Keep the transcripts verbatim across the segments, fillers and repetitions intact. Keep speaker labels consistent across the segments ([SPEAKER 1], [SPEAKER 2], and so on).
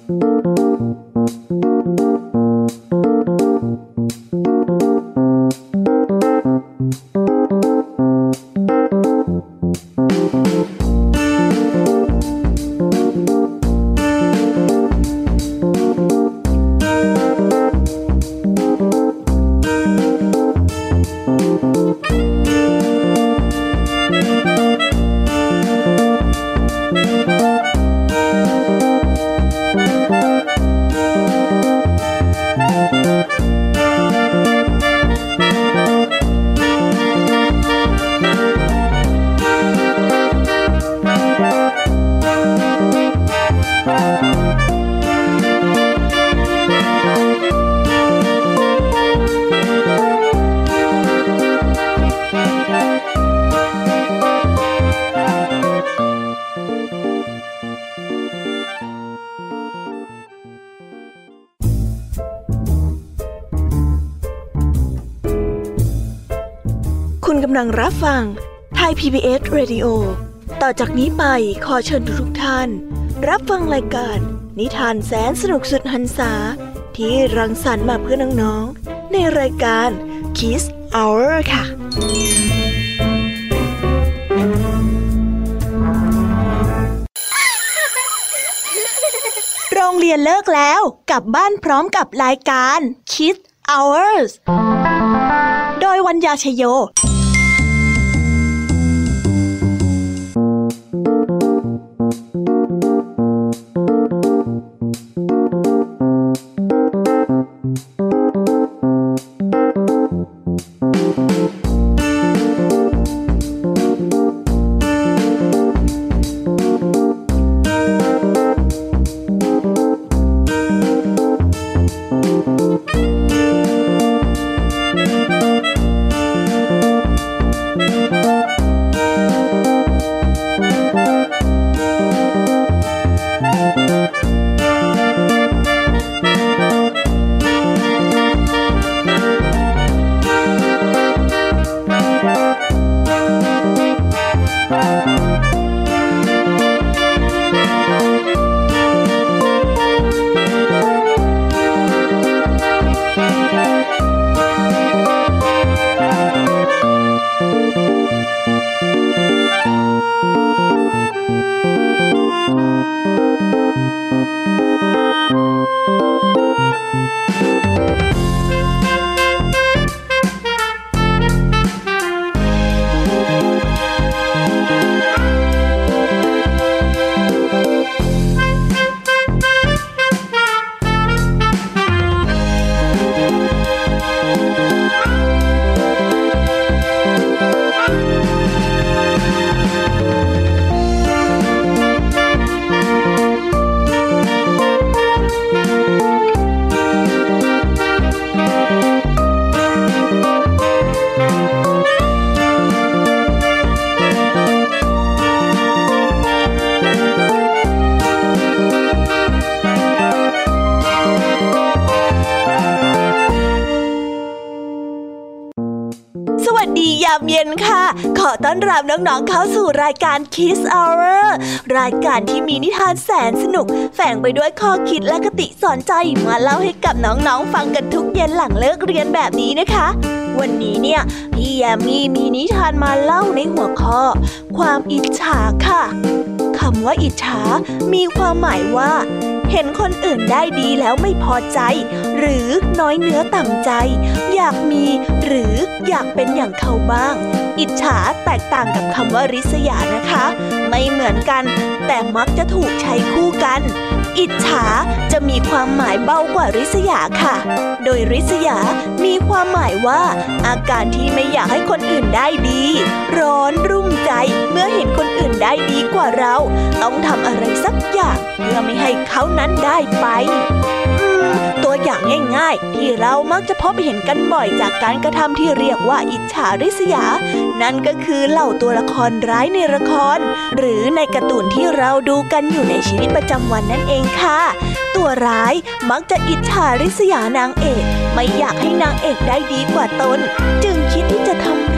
[SPEAKER 1] คุณกำลังรับฟังไทย พี บี เอส Radio ต่อจากนี้ไปขอเชิญทุกท่านรับฟังรายการนิทานแสนสนุกสุดหรรษาที่รังสรรค์มาเพื่อน้องๆในรายการ Kids Hour ค่ะโรงเรียนเลิกแล้วกลับบ้านพร้อมกับรายการ Kids Hours โดยวัญญาชโยเย็นค่ะขอต้อนรับน้องๆเข้าสู่รายการ Kids Hour รายการที่มีนิทานแสนสนุกแฝงไปด้วยข้อคิดและคติสอนใจมาเล่าให้กับน้องๆฟังกันทุกเย็นหลังเลิกเรียนแบบนี้นะคะวันนี้เนี่ยพี่แยมมี่มีนิทานมาเล่าในหัวข้อความอิจฉาค่ะคำว่าอิจฉามีความหมายว่าเห็นคนอื่นได้ดีแล้วไม่พอใจหรือน้อยเนื้อต่ำใจอยากมีหรืออยากเป็นอย่างเขาบ้างอิจฉาแตกต่างกับคำว่าริษยานะคะไม่เหมือนกันแต่มักจะถูกใช้คู่กันอิจฉาจะมีความหมายเบากว่าริษยาค่ะโดยริษยามีความหมายว่าอาการที่ไม่อยากให้คนอื่นได้ดีร้อนรุ่มใจเมื่อเห็นคนอื่นได้ดีกว่าเราต้องทำอะไรสักอย่างเพื่อไม่ให้เขานั้นได้ไปอืมตัวอย่างง่ายๆที่เรามักจะพบเห็นกันบ่อยจากการกระทำที่เรียกว่าอิจฉาริษยานั่นก็คือเหล่าตัวละครร้ายในละครหรือในการ์ตูนที่เราดูกันอยู่ในชีวิตประจำวันนั่นเองค่ะตัวร้ายมักจะอิจฉาริษยานางเอกไม่อยากให้นางเอกได้ดีกว่าตนจึงคิดที่จะทำ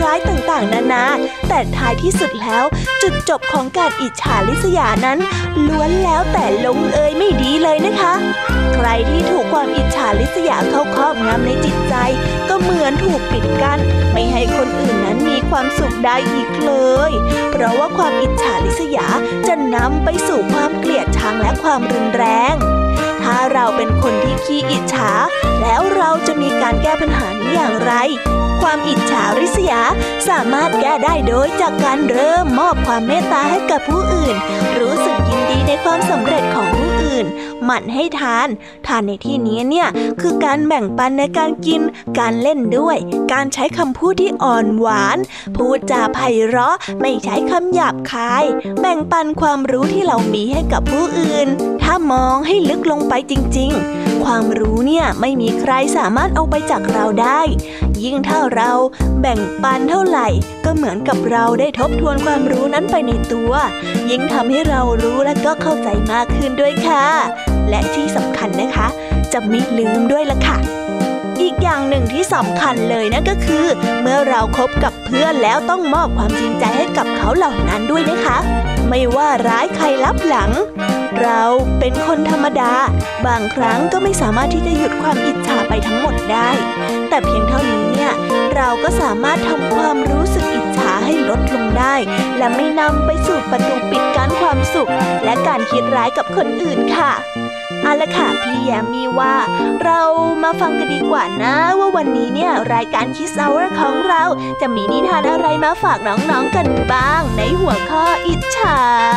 [SPEAKER 1] ร้ายต่างๆนานาแต่ท้ายที่สุดแล้วจุดจบของการอิจฉาริษยานั้นล้วนแล้วแต่ลงเอยไม่ดีเลยนะคะใครที่ถูกความอิจฉาริษยาเข้าครอบงำในจิตใจก็เหมือนถูกปิดกั้นไม่ให้คนอื่นนั้นมีความสุขได้อีกเลยเพราะว่าความอิจฉาริษยาจะนำไปสู่ความเกลียดชังและความรุนแรงถ้าเราเป็นคนที่ขี้อิจฉาแล้วเราจะมีการแก้ปัญหานี้อย่างไรความอิจฉาริษยาสามารถแก้ได้โดยจากการเริ่มมอบความเมตตาให้กับผู้อื่นรู้สึกยินดีในความสำเร็จของผู้อื่นหมั่นให้ทานทานในที่นี้เนี่ยคือการแบ่งปันในการกินการเล่นด้วยการใช้คำพูดที่อ่อนหวานพูดจาไพเราะไม่ใช้คำหยาบคายแบ่งปันความรู้ที่เรามีให้กับผู้อื่นถ้ามองให้ลึกลงไปจริงๆความรู้เนี่ยไม่มีใครสามารถเอาไปจากเราได้ยิ่งถ้าเราแบ่งปันเท่าไหร่ก็เหมือนกับเราได้ทบทวนความรู้นั้นไปในตัวยิ่งทำให้เรารู้และก็เข้าใจมากขึ้นด้วยค่ะและที่สำคัญนะคะจะไม่ลืมด้วยล่ะค่ะอีกอย่างหนึ่งที่สำคัญเลยนั่นก็คือเมื่อเราคบกับเพื่อนแล้วต้องมอบความจริงใจให้กับเขาเหล่านั้นด้วยนะคะไม่ว่าร้ายใครลับหลังเราเป็นคนธรรมดาบางครั้งก็ไม่สามารถที่จะหยุดความอิจฉาไปทั้งหมดได้แต่เพียงเท่านี้เนี่ยเราก็สามารถทำความรู้สึกอิจฉาให้ลดลงได้และไม่นำไปสู่ประตูปิดกั้นความสุขและการคิดร้ายกับคนอื่นค่ะเอาล่ะค่ะพี่แยมมีว่าเรามาฟังกันดีกว่านะว่าวันนี้เนี่ยรายการ Kids Hour ของเราจะมีนิทานอะไรมาฝากน้องๆกันบ้างในหัวข้ออิจฉา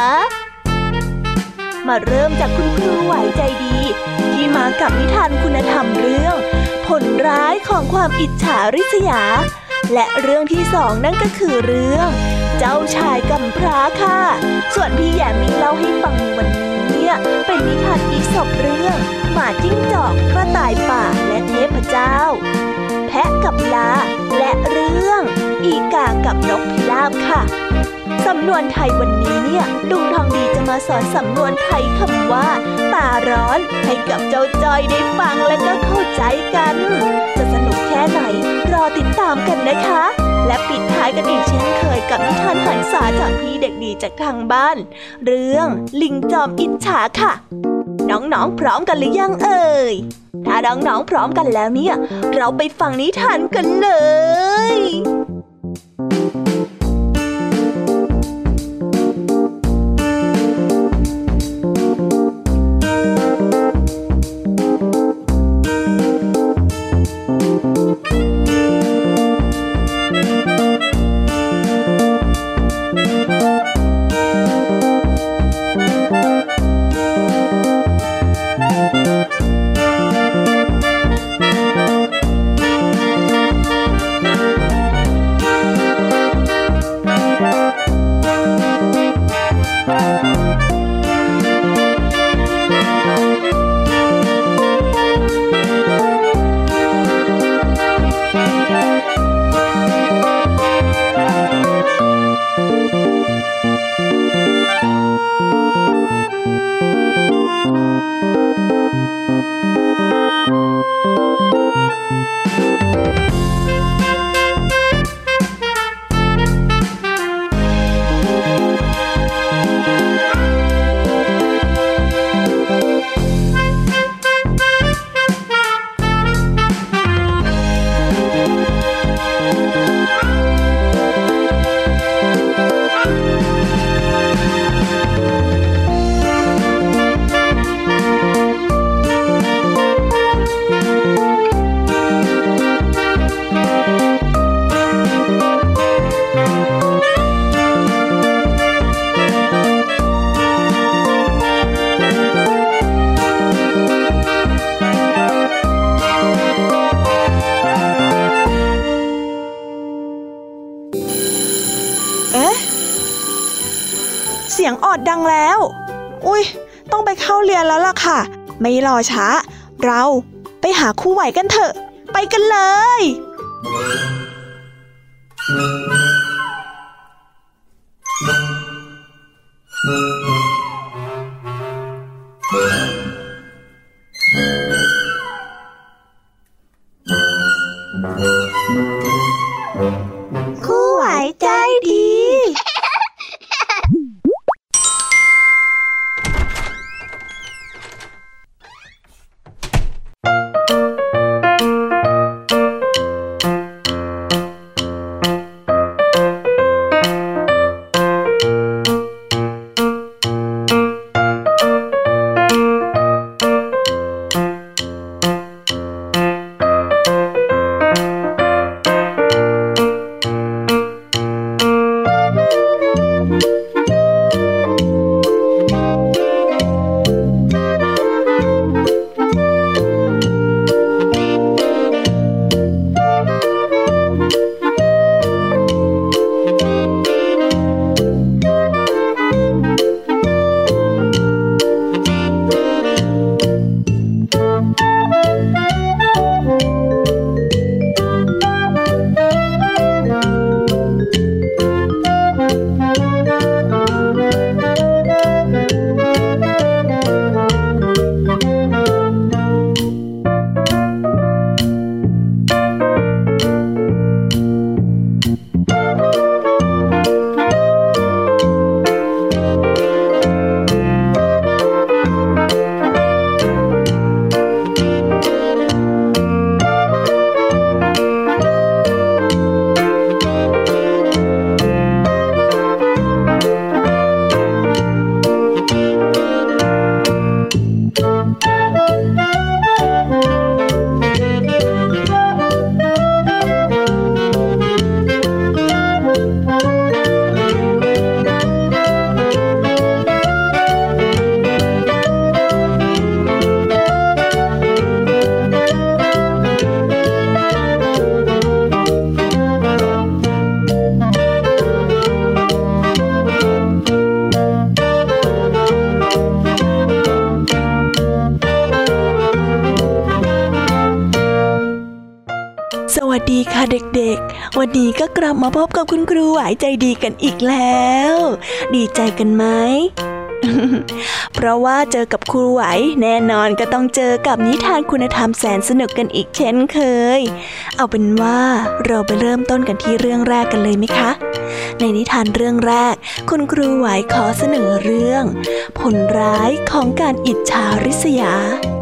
[SPEAKER 1] มาเริ่มจากคุณครูไหวใจดีที่มากับนิทานคุณธรรมเรื่องผลร้ายของความอิจฉาริษยาและเรื่องที่สองนั่นก็คือเรื่องเจ้าชายกำพร้าค่ะส่วนพี่แยมมีเล่าให้ฟังในวันนี้เนี่ยเป็นนิทานอีสปเรื่องหมาจิ้งจอกกระต่ายป่าและเทพเจ้าแพะกับลาและเรื่องอีกากับนกพิราบค่ะสำนวนไทยวันนี้เนี่ยลุงทองดีจะมาสอนสำนวนไทยคำว่าตาร้อนให้กับเจ้าจอยได้ฟังและก็เข้าใจกันจะสนุกแค่ไหนรอติดตามกันนะคะและปิดท้ายกันอีกเช่นเคยกับนิทานหันษาจากพี่เด็กดีจากทางบ้านเรื่องลิงจอมอิจฉาค่ะน้องๆพร้อมกันหรือยังเอ่ยถ้าน้องๆพร้อมกันแล้วเนี่ยเราไปฟังนิทานกันเลย
[SPEAKER 2] เสียงออดดังแล้วอุ๊ยต้องไปเข้าเรียนแล้วล่ะค่ะไม่รอช้าเราไปหาครูไหวกันเถอะไปกันเลย
[SPEAKER 1] ครูดีค่ะเด็กๆวันนี้ก็กลับมาพบกับคุณครูไหวใจดีกันอีกแล้วดีใจกันไหม เพราะว่าเจอกับครูไหวแน่นอนก็ต้องเจอกับนิทานคุณธรรมแสนสนุกกันอีกเช่นเคยเอาเป็นว่าเราไปเริ่มต้นกันที่เรื่องแรกกันเลยไหมคะในนิทานเรื่องแรกคุณครูไหวขอเสนอเรื่องผลร้ายของการอิจฉาริษยา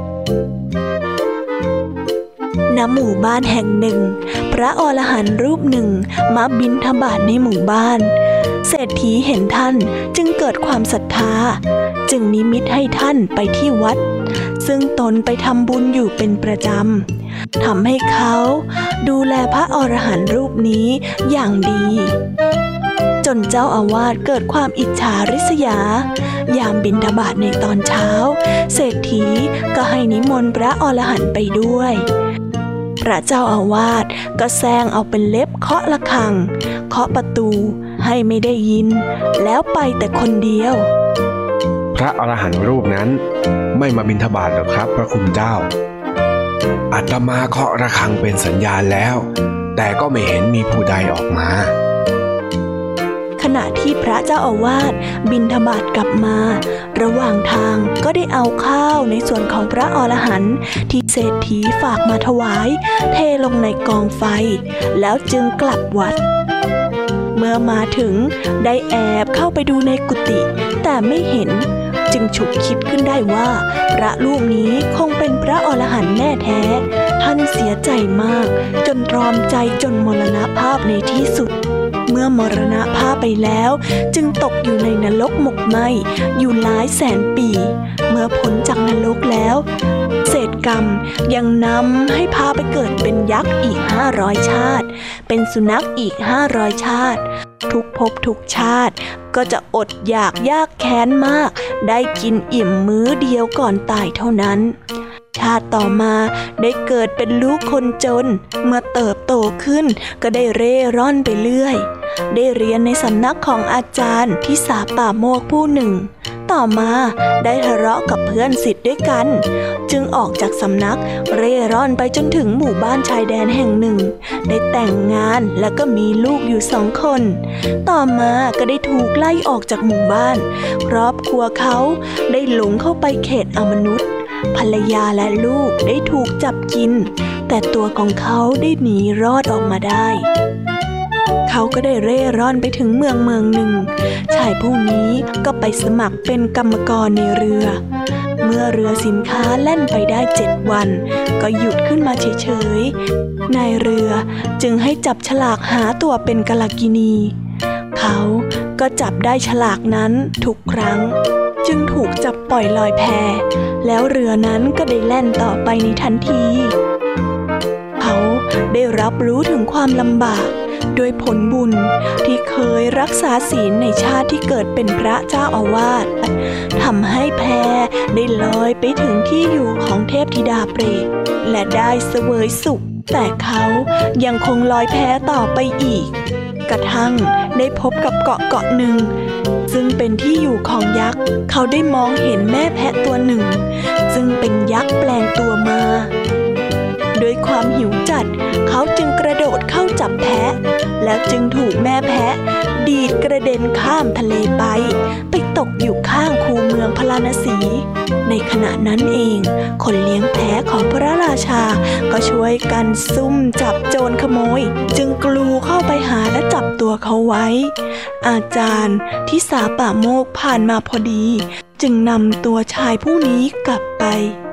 [SPEAKER 1] ณ หมู่บ้านแห่งหนึ่งพระอรหันต์รูปหนึ่งมาบิณฑบาตในหมู่บ้านเศรษฐีเห็นท่านจึงเกิดความศรัทธาจึงนิมิตให้ท่านไปที่วัดซึ่งตนไปทำบุญอยู่เป็นประจำทำให้เขาดูแลพระอรหันต์รูปนี้อย่างดีจนเจ้าอาวาสเกิดความอิจฉาริษยายามบิณฑบาตในตอนเช้าเศรษฐีก็ให้นิมนต์พระอรหันต์ไปด้วยพระเจ้าอาวาสก็แซงเอาเป็นเล็บเคาะระฆังเคาะประตูให้ไม่ได้ยินแล้วไปแต่คนเดียว
[SPEAKER 3] พระอรหันต์รูปนั้นไม่มาบิณฑบาตหรอกครับพระคุณเจ้าอาตมาเคาะระฆังเป็นสัญญาณแล้วแต่ก็ไม่เห็นมีผู้ใดออกมา
[SPEAKER 1] ขณะที่พระเจ้าอาวาสบิณฑบาตกลับมาระหว่างทางก็ได้เอาข้าวในส่วนของพระอรหันต์ที่เศรษฐีฝากมาถวายเทลงในกองไฟแล้วจึงกลับวัดเมื่อมาถึงได้แอบเข้าไปดูในกุฏิแต่ไม่เห็นจึงฉุกคิดขึ้นได้ว่าพระรูปนี้คงเป็นพระอรหันต์แน่แท้ท่านเสียใจมากจนตรอมใจจนมรณภาพในที่สุดเมื่อมรณภาพไปแล้วจึงตกอยู่ในนรกหมกไหม้อยู่หลายแสนปีเมื่อพ้นจากนรกแล้วเศษกรรมยังนำให้พาไปเกิดเป็นยักษ์อีกห้าร้อยชาติเป็นสุนัขอีกห้าร้อยชาติทุกภพทุกชาติก็จะอดอยากยากแค้นมากได้กินอิ่มมื้อเดียวก่อนตายเท่านั้นชาติต่อมาได้เกิดเป็นลูกคนจนเมื่อเติบโตขึ้นก็ได้เร่ร่อนไปเรื่อยได้เรียนในสำนักของอาจารย์ที่สาป่าโมกผู้หนึ่งต่อมาได้ทะเลาะกับเพื่อนศิษย์ด้วยกันจึงออกจากสำนักเร่ร่อนไปจนถึงหมู่บ้านชายแดนแห่งหนึ่งได้แต่งงานแล้วก็มีลูกอยู่สองคนต่อมาก็ได้ถูกไล่ออกจากหมู่บ้านครอบครัวเขาได้หลงเข้าไปเขตอมนุษย์ภรรยาและลูกได้ถูกจับกินแต่ตัวของเขาได้หนีรอดออกมาได้เขาก็ได้เร่ร่อนไปถึงเมืองเมืองหนึ่งชายผู้นี้ก็ไปสมัครเป็นกรรมกรในเรือเมื่อเรือสินค้าแล่นไปได้เจ็ดวันก็หยุดขึ้นมาเฉยๆนายเรือจึงให้จับฉลากหาตัวเป็นกลกิณีเขาก็จับได้ฉลากนั้นทุกครั้งจึงถูกจับปล่อยลอยแพแล้วเรือนั้นก็ได้แล่นต่อไปในทันทีเขาได้รับรู้ถึงความลำบากด้วยผลบุญที่เคยรักษาศีลในชาติที่เกิดเป็นพระเจ้าอาวาสทำให้แพได้ลอยไปถึงที่อยู่ของเทพธิดาเปรตและได้เสวยสุขแต่เขายังคงลอยแพต่อไปอีกกระทั่งได้พบกับเกาะเกาะหนึ่งซึ่งเป็นที่อยู่ของยักษ์เขาได้มองเห็นแม่แพะตัวหนึ่งซึ่งเป็นยักษ์แปลงตัวมาด้วยความหิวจัดเขาจึงกระโดดเข้าจับแพะแล้วจึงถูกแม่แพะดีดกระเด็นข้ามทะเลไปไปตกอยู่ข้างคูเมืองพาราณสีในขณะนั้นเองคนเลี้ยงแพะของพระราชาก็ช่วยกันซุ่มจับโจรขโมยจึงกลูเข้าไปหาและจับตัวเขาไว้อาจารย์ที่สาป่าโมกผ่านมาพอดีจึงนำตัวชายผู้นี้กลับไป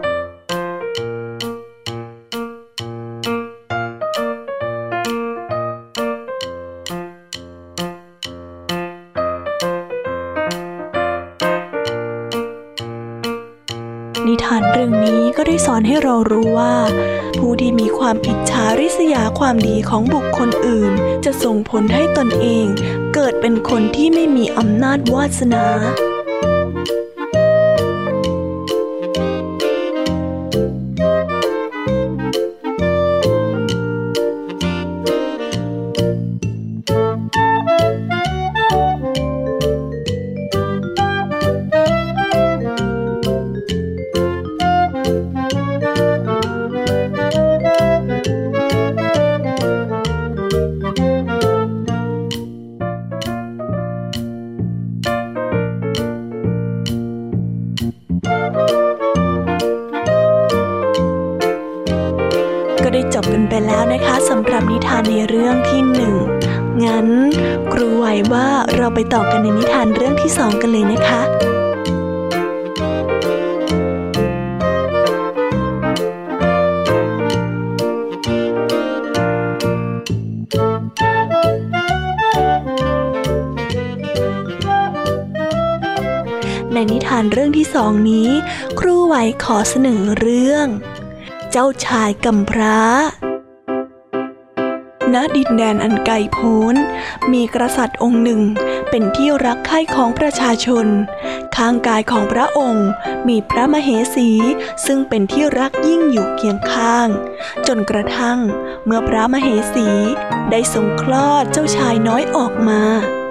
[SPEAKER 1] นิทานเรื่องนี้ก็ได้สอนให้เรารู้ว่าผู้ที่มีความอิจฉาริษยาความดีของบุคคลอื่นจะส่งผลให้ตนเองเกิดเป็นคนที่ไม่มีอำนาจวาสนาได้จบกันไปแล้วนะคะสำหรับนิทานในเรื่องที่หนึ่งงั้นครูไหวว่าเราไปต่อกันในนิทานเรื่องที่สองกันเลยนะคะในนิทานเรื่องที่สองนี้ครูไหวขอเสนอเรื่องเจ้าชายกำพร้าณดินแดนอันไกลโพ้นมีกษัตริย์องค์หนึ่งเป็นที่รักใคร่ของประชาชนข้างกายของพระองค์มีพระมเหสีซึ่งเป็นที่รักยิ่งอยู่เคียงข้างจนกระทั่งเมื่อพระมเหสีได้ทรงคลอดเจ้าชายน้อยออกมา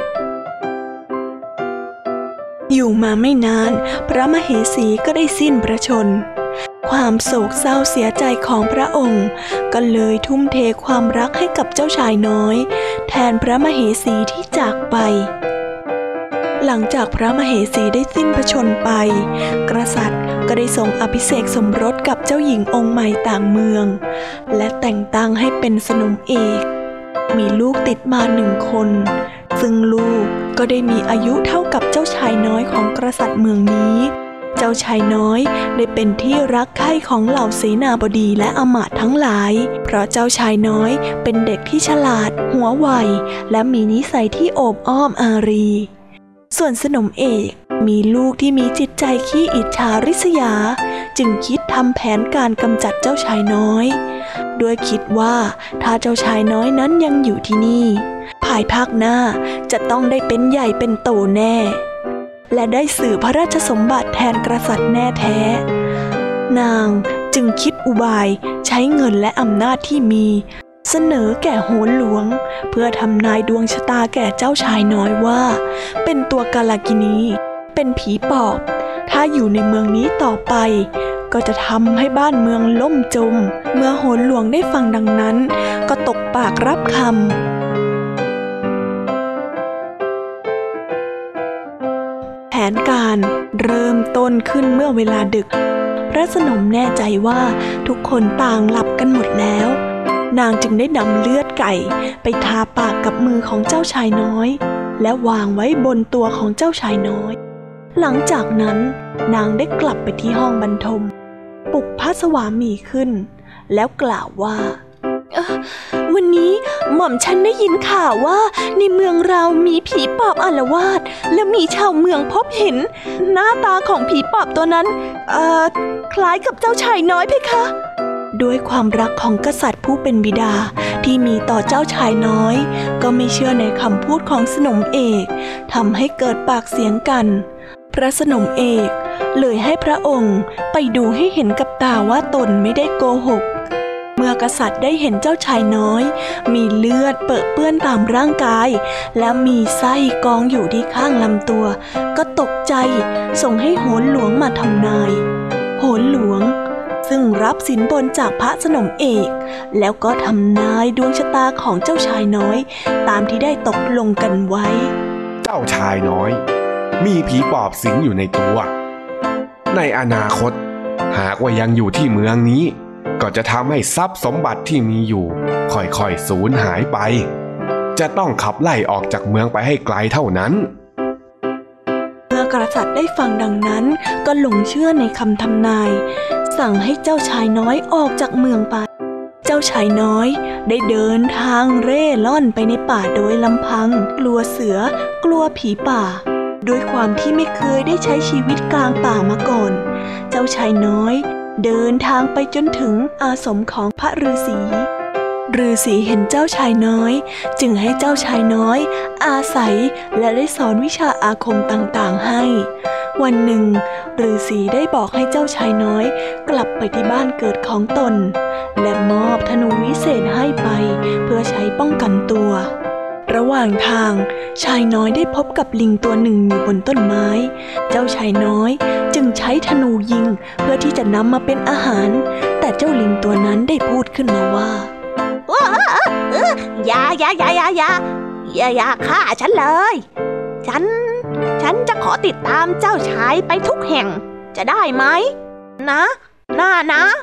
[SPEAKER 1] อยู่มาไม่นานพระมเหสีก็ได้สิ้นพระชนม์ความโศกเศร้าเสียใจของพระองค์ก็เลยทุ่มเทความรักให้กับเจ้าชายน้อยแทนพระมเหสีที่จากไปหลังจากพระมเหสีได้สิ้นพระชนม์ไปกษัตริย์ก็ได้ทรงอภิเษกสมรสกับเจ้าหญิงองค์ใหม่ต่างเมืองและแต่งตั้งให้เป็นสนมเอกมีลูกติดมาหนึ่งคนซึ่งลูกก็ได้มีอายุเท่ากับเจ้าชายน้อยของกษัตริย์เมืองนี้เจ้าชายน้อยได้เป็นที่รักใคร่ของเหล่าเสนาบดีและอมาตย์ทั้งหลายเพราะเจ้าชายน้อยเป็นเด็กที่ฉลาดหัวไวและมีนิสัยที่โอบอ้อมอารีส่วนสนมเอกมีลูกที่มีจิตใจขี้อิจฉาริษยาจึงคิดทำแผนการกำจัดเจ้าชายน้อยโดยคิดว่าถ้าเจ้าชายน้อยนั้นยังอยู่ที่นี่ภายภาคหน้าจะต้องได้เป็นใหญ่เป็นโตแน่และได้สืบพระราชสมบัติแทนกษัตริย์แน่แท้นางจึงคิดอุบายใช้เงินและอำนาจที่มีเสนอแก่โหรหลวงเพื่อทำนายดวงชะตาแก่เจ้าชายน้อยว่าเป็นตัวกาลกิณีเป็นผีปอบถ้าอยู่ในเมืองนี้ต่อไปก็จะทำให้บ้านเมืองล่มจมเมื่อโหรหลวงได้ฟังดังนั้นก็ตกปากรับคำแผนการเริ่มต้นขึ้นเมื่อเวลาดึกพระสนมแน่ใจว่าทุกคนต่างหลับกันหมดแล้วนางจึงได้นำเลือดไก่ไปทาปากกับมือของเจ้าชายน้อยและวางไว้บนตัวของเจ้าชายน้อยหลังจากนั้นนางได้กลับไปที่ห้องบรรทมปลุกพระสวามีขึ้นแล้วกล่าวว่าวันนี้หม่อมฉันได้ยินข่าวว่าในเมืองเรามีผีปอบอาละวาดและมีชาวเมืองพบเห็นหน้าตาของผีปอบตัวนั้นเอ่อคล้ายกับเจ้าชายน้อยเพคะด้วยความรักของกษัตริย์ผู้เป็นบิดาที่มีต่อเจ้าชายน้อยก็ไม่เชื่อในคำพูดของสนมเอกทำให้เกิดปากเสียงกันพระสนมเอกเลยให้พระองค์ไปดูให้เห็นกับตาว่าตนไม่ได้โกหกเมื่อกษัตริย์ได้เห็นเจ้าชายน้อยมีเลือดเปรอะเปื้อนตามร่างกายและมีไส้กองอยู่ที่ข้างลำตัวก็ตกใจส่งให้โหรหลวงมาทำนายโหรหลวงซึ่งรับสินบนจากพระสนมเอกแล้วก็ทำนายดวงชะตาของเจ้าชายน้อยตามที่ได้ตกลงกันไว้
[SPEAKER 3] เจ้าชายน้อยมีผีปอบสิงอยู่ในตัวในอนาคตหากว่ายังอยู่ที่เมืองนี้ก็จะทำให้ทรัพย์สมบัติที่มีอยู่ค่อยๆสูญหายไปจะต้องขับไล่ออกจากเมืองไปให้ไกลเท่านั้น
[SPEAKER 1] เมื่อกษัตริย์ได้ฟังดังนั้นก็หลงเชื่อในคำทำนายสั่งให้เจ้าชายน้อยออกจากเมืองไปเจ้าชายน้อยได้เดินทางเร่ร่อนไปในป่าโดยลำพังกลัวเสือกลัวผีป่าด้วยความที่ไม่เคยได้ใช้ชีวิตกลางป่ามาก่อนเจ้าชายน้อยเดินทางไปจนถึงอาสมของพระฤาษีฤาษีเห็นเจ้าชายน้อยจึงให้เจ้าชายน้อยอาศัยและได้สอนวิชาอาคมต่างๆให้วันหนึ่งฤาษีได้บอกให้เจ้าชายน้อยกลับไปที่บ้านเกิดของตนและมอบธนูวิเศษให้ไปเพื่อใช้ป้องกันตัวระหว่างทางชายน้อยได้พบกับลิงตัวหนึ่งอยู่บนต้นไม้เจ้าชายน้อยจึงใช้ธนูยิงเพื่อที่จะนำมาเป็นอาหารแต่เจ้าลิงตัวนั้นได้พูดขึ้นมาว่าว้าเอออย่าอย่าอย่าอย่าอย่าอย่าอย่าฆ่าฉันเลยฉันฉันจะขอติดตามเจ้าชายไปทุกแห่งจะได้ไหมนะน่านะ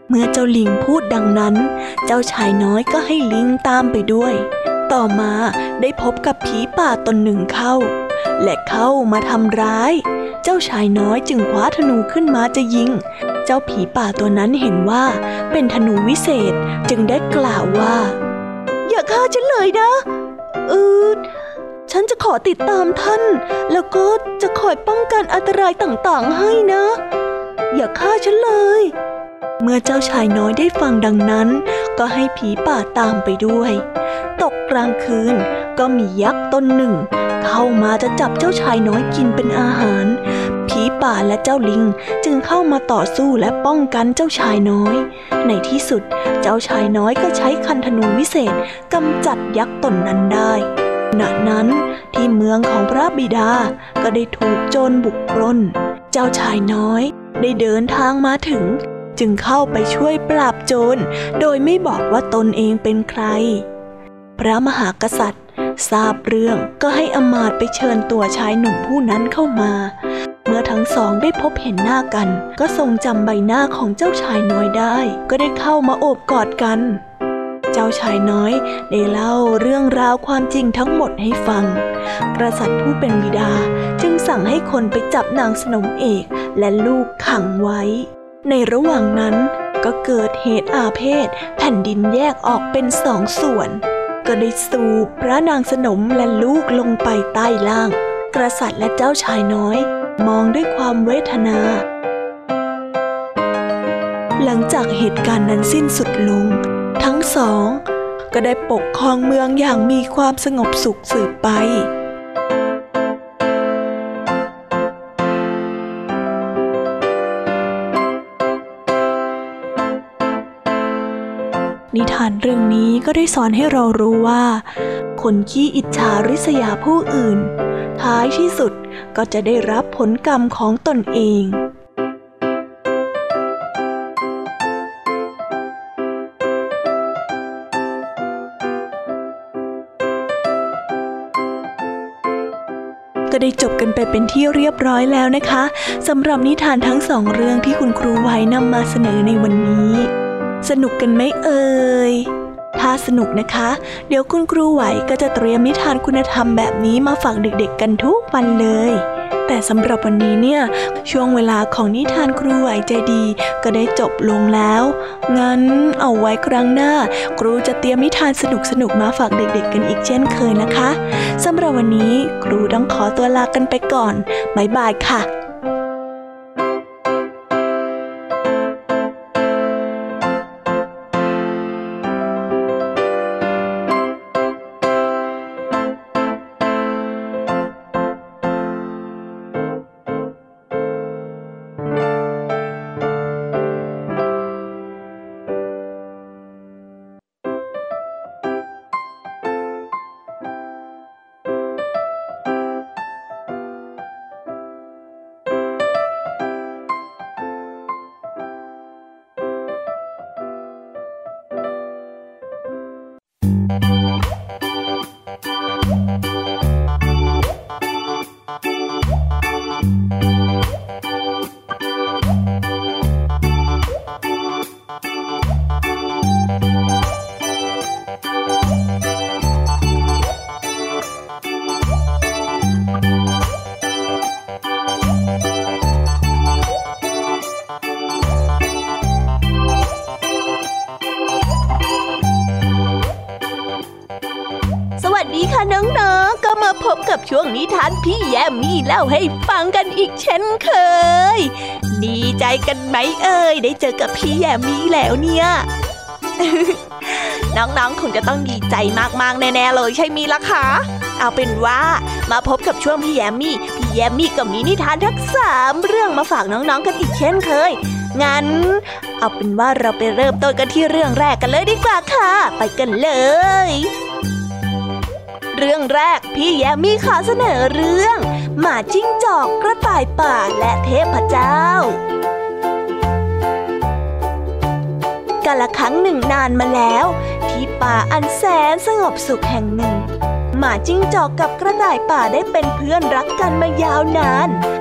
[SPEAKER 1] เมื่อเจ้าลิงพูดดังนั้นเจ้าชายน้อยก็ให้ลิงตามไปด้วยต่อมาได้พบกับผีป่าตนหนึ่งเข้าและเข้ามาทำร้ายเจ้าชายน้อยจึงคว้าธนูขึ้นมาจะยิงเจ้าผีป่าตัวนั้นเห็นว่าเป็นธนูวิเศษจึงได้กล่าวว่าอย่าฆ่าฉันเลยนะเออฉันจะขอติดตามท่านแล้วก็จะคอยป้องกันอันตรายต่างๆให้นะอย่าฆ่าฉันเลยเมื่อเจ้าชายน้อยได้ฟังดังนั้นก็ให้ผีป่าตามไปด้วยตกกลางคืนก็มียักษ์ตนหนึ่งเข้ามาจะจับเจ้าชายน้อยกินเป็นอาหารผีป่าและเจ้าลิงจึงเข้ามาต่อสู้และป้องกันเจ้าชายน้อยในที่สุดเจ้าชายน้อยก็ใช้คันธนูวิเศษกำจัดยักษ์ตนนั้นได้ขณะนั้นที่เมืองของพระบิดาก็ได้ถูกโจรบุกปล้นเจ้าชายน้อยได้เดินทางมาถึงจึงเข้าไปช่วยปราบโจรโดยไม่บอกว่าตนเองเป็นใครพระมหากษัตริย์ทราบเรื่องก็ให้อมาตย์ไปเชิญตัวชายหนุ่มผู้นั้นเข้ามาเมื่อทั้งสองได้พบเห็นหน้ากันก็ทรงจำใบหน้าของเจ้าชายน้อยได้ก็ได้เข้ามาโอบกอดกันเจ้าชายน้อยได้เล่าเรื่องราวความจริงทั้งหมดให้ฟังกษัตริย์ผู้เป็นบิดาจึงสั่งให้คนไปจับนางสนมเอกและลูกขังไว้ในระหว่างนั้นก็เกิดเหตุอาเพศแผ่นดินแยกออกเป็นสองส่วนก็ได้สูบพระนางสนมและลูกลงไปใต้ล่างกษัตริย์และเจ้าชายน้อยมองด้วยความเวทนาหลังจากเหตุการณ์นั้นสิ้นสุดลงทั้งสองก็ได้ปกครองเมืองอย่างมีความสงบสุขสืบไปนิทานเรื่องนี้ก็ได้สอนให้เรารู้ว่าคนขี้อิจฉาริษยาผู้อื่นท้ายที่สุดก็จะได้รับผลกรรมของตนเองก็ได้จบกันไปเป็นที่เรียบร้อยแล้วนะคะสำหรับนิทานทั้งสองเรื่องที่คุณครูไว้นำมาเสนอในวันนี้สนุกกันไหมเอ่ยถ้าสนุกนะคะเดี๋ยวคุณครูไหวก็จะเตรียมนิทานคุณธรรมแบบนี้มาฝากเด็กๆกันทุกวันเลยแต่สำหรับวันนี้เนี่ยช่วงเวลาของนิทานครูไหวใจดีก็ได้จบลงแล้วงั้นเอาไว้ครั้งหน้าครูจะเตรียมนิทานสนุกๆมาฝากเด็กๆกันอีกเช่นเคยนะคะสำหรับวันนี้ครูต้องขอตัวลากันไปก่อนบ๊ายบายค่ะช่วงนิทานพี่แยมมี่เล่าให้ฟังกันอีกเช่นเคยดีใจกันไหมเอ่ยได้เจอกับพี่แยมมี่แล้วเนี่ย น้องๆคงจะต้องดีใจมากๆแน่ๆเลยใช่มั้ยล่ะคะเอาเป็นว่ามาพบกับช่วงพี่แยมมี่พี่แยมมี่ก็มีนิทานทั้งสามเรื่องมาฝากน้องๆกันอีกเช่นเคยงั้นเอาเป็นว่าเราไปเริ่มต้นกันที่เรื่องแรกกันเลยดีกว่าค่ะไปกันเลยเรื่องแรกพี่แยมมี่ขอเสนอเรื่องหมาจิ้งจอกกระต่ายป่าและเทพเจ้ากาลครั้งหนึ่งนานมาแล้วที่ป่าอันแสนสงบสุขแห่งหนึ่งหมาจิ้งจอกกับกระต่ายป่าได้เป็นเพื่อนรักกันมายาวนานท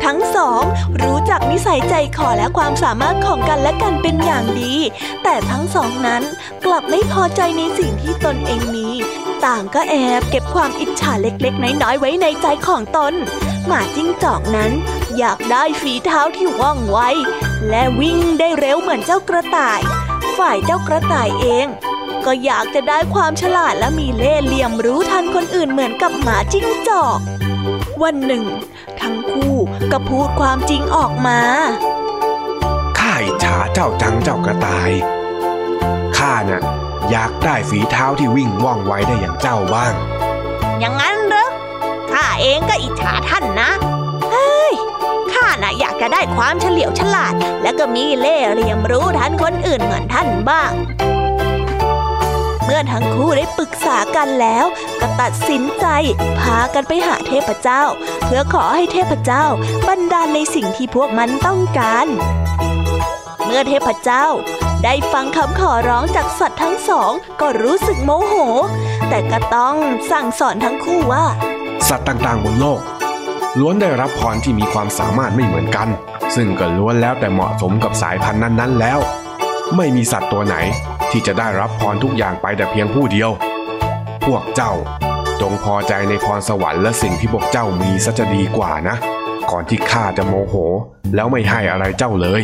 [SPEAKER 1] ทั้งสองรู้จักนิสัยใจคอและความสามารถของกันและกันเป็นอย่างดีแต่ทั้งสองนั้นกลับไม่พอใจในสิ่งที่ตนเองมีต่างก็แอบเก็บความอิจฉาเล็กๆน้อยๆไว้ในใจของตนหมาจิ้งจอกนั้นอยากได้ฝีเท้าที่ว่องไวและวิ่งได้เร็วเหมือนเจ้ากระต่ายฝ่ายเจ้ากระต่ายเองก็อยากจะได้ความฉลาดและมีเล่ห์เหลี่ยมรู้ทันคนอื่นเหมือนกับหมาจิ้งจอกวันหนึ่งทั้งคู่ก็พูดความจริงออกมา
[SPEAKER 3] ข้าอิจฉาเจ้าจังเจ้ากระต่ายข้าน่ะอยากได้ฝีเท้าที่วิ่งว่องไวได้อย่างเจ้าบ้าง
[SPEAKER 1] อย่างนั้นเหรอข้าเองก็อิจฉาท่านนะเฮ้ยข้าน่ะอยากจะได้ความเฉลียวฉลาดและก็มีเล่ห์เหลี่ยมรู้ทันคนอื่นเหมือนท่านบ้างเมื่อทั้งคู่ได้ปรึกษากันแล้วก็ตัดสินใจพากันไปหาเทพเจ้าเพื่อขอให้เทพเจ้าบันดาลในสิ่งที่พวกมันต้องการเมื่อเทพเจ้าได้ฟังคำขอร้องจากสัตว์ทั้งสองก็รู้สึกโมโหแต่ก็ต้องสั่งสอนทั้งคู่ว่า
[SPEAKER 3] สัตว์ต่างๆบนโลกล้วนได้รับพรที่มีความสามารถไม่เหมือนกันซึ่งก็ล้วนแล้วแต่เหมาะสมกับสายพันธุ์นั้นๆแล้วไม่มีสัตว์ตัวไหนที่จะได้รับพรทุกอย่างไปแต่เพียงผู้เดียวพวกเจ้าจงพอใจในพรสวรรค์และสิ่งที่พวกเจ้ามีซะจะดีกว่านะก่อนที่ข้าจะโมโหแล้วไม่ให้อะไรเจ้าเลย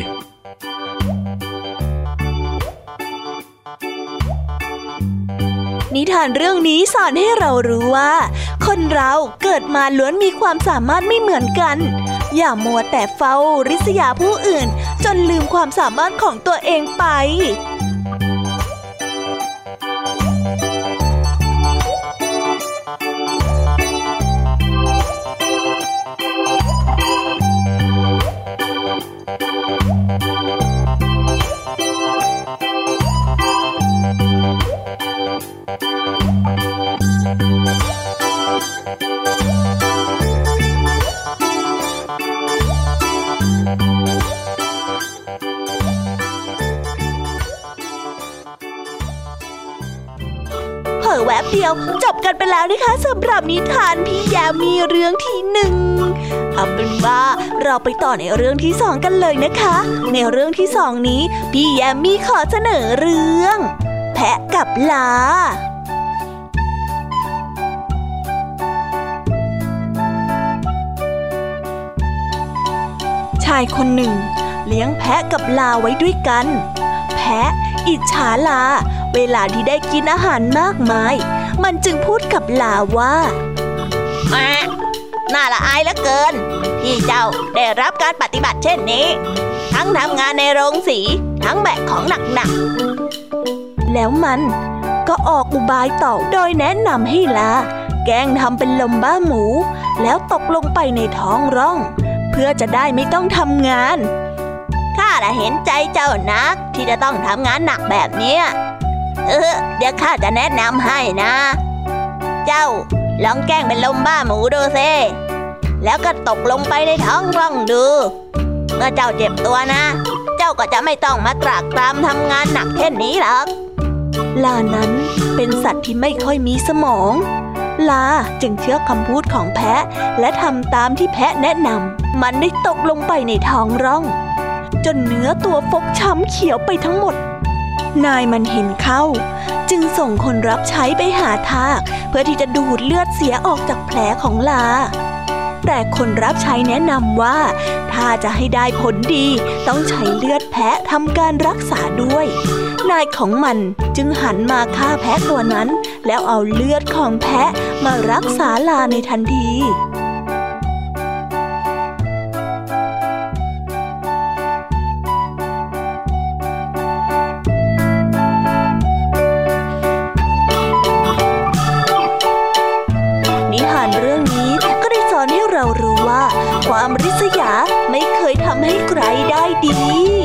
[SPEAKER 1] นิทานเรื่องนี้สอนให้เรารู้ว่าคนเราเกิดมาล้วนมีความสามารถไม่เหมือนกันอย่ามัวแต่เฝ้าริษยาผู้อื่นจนลืมความสามารถของตัวเองไปแวบเดียวจบกันไปแล้วนะคะสำหรับนิทานพี่แยมมีเรื่องที่หนึ่งเอาเป็นว่าเราไปต่อในเรื่องที่สองกันเลยนะคะในเรื่องที่สองนี้พี่แยมมีขอเสนอเรื่องแพะกับลาชายคนหนึ่งเลี้ยงแพะกับลาไว้ด้วยกันแพะอิจฉาลาเวลาที่ได้กินอาหารมากมายมันจึงพูดกับลาว่าแหมน่าละอายเหลือเกินที่เจ้าได้รับการปฏิบัติเช่นนี้ทั้งทำงานในโรงสีทั้งแบกของหนักๆแล้วมันก็ออกอุบายต่อโดยแนะนำให้ลาแกล้งทำเป็นลมบ้าหมูแล้วตกลงไปในท้องร่องเพื่อจะได้ไม่ต้องทำงานข้าละเห็นใจเจ้านักที่จะต้องทำงานหนักแบบนี้เออเดี๋ยวข้าจะแนะนำให้นะเจ้าลองแกล้งเป็นลมบ้าหมูดูซิแล้วก็ตกลงไปในท้องร่องดูเมื่อเจ้าเจ็บตัวนะเจ้าก็จะไม่ต้องมาตรากตรำทำงานหนักเช่นนี้หรอกลานั้นเป็นสัตว์ที่ไม่ค่อยมีสมองลาจึงเชื่อคำพูดของแพะและทำตามที่แพะแนะนำมันได้ตกลงไปในท้องร่องจนเนื้อตัวฟกช้ำเขียวไปทั้งหมดนายมันเห็นเข้าจึงส่งคนรับใช้ไปหาทากเพื่อที่จะดูดเลือดเสียออกจากแผลของลาแต่คนรับใช้แนะนำว่าถ้าจะให้ได้ผลดีต้องใช้เลือดแพะทำการรักษาด้วยนายของมันจึงหันมาฆ่าแพะตัวนั้นแล้วเอาเลือดของแพะมารักษาลาในทันทีความริษยาไม่เคยทำให้ใครได้ดี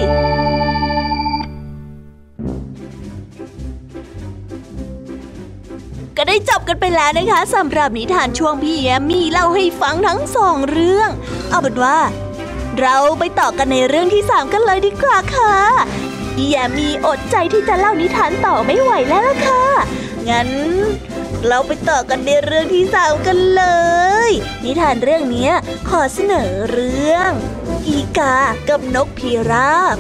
[SPEAKER 1] ก็ได้จบกันไปแล้วนะคะสำหรับนิทานช่วงพี่แยมมี่เล่าให้ฟังทั้งสองเรื่องเอาเป็นว่าเราไปต่อกันในเรื่องที่สามกันเลยดีกว่าค่ะพี่แยมมี่อดใจที่จะเล่านิทานต่อไม่ไหวแล้วล่ะค่ะงั้นเราไปต่อกันในเรื่องที่สามกันเลยนิทานเรื่องนี้ขอเสนอเรื่องอีกากับนกพิราบ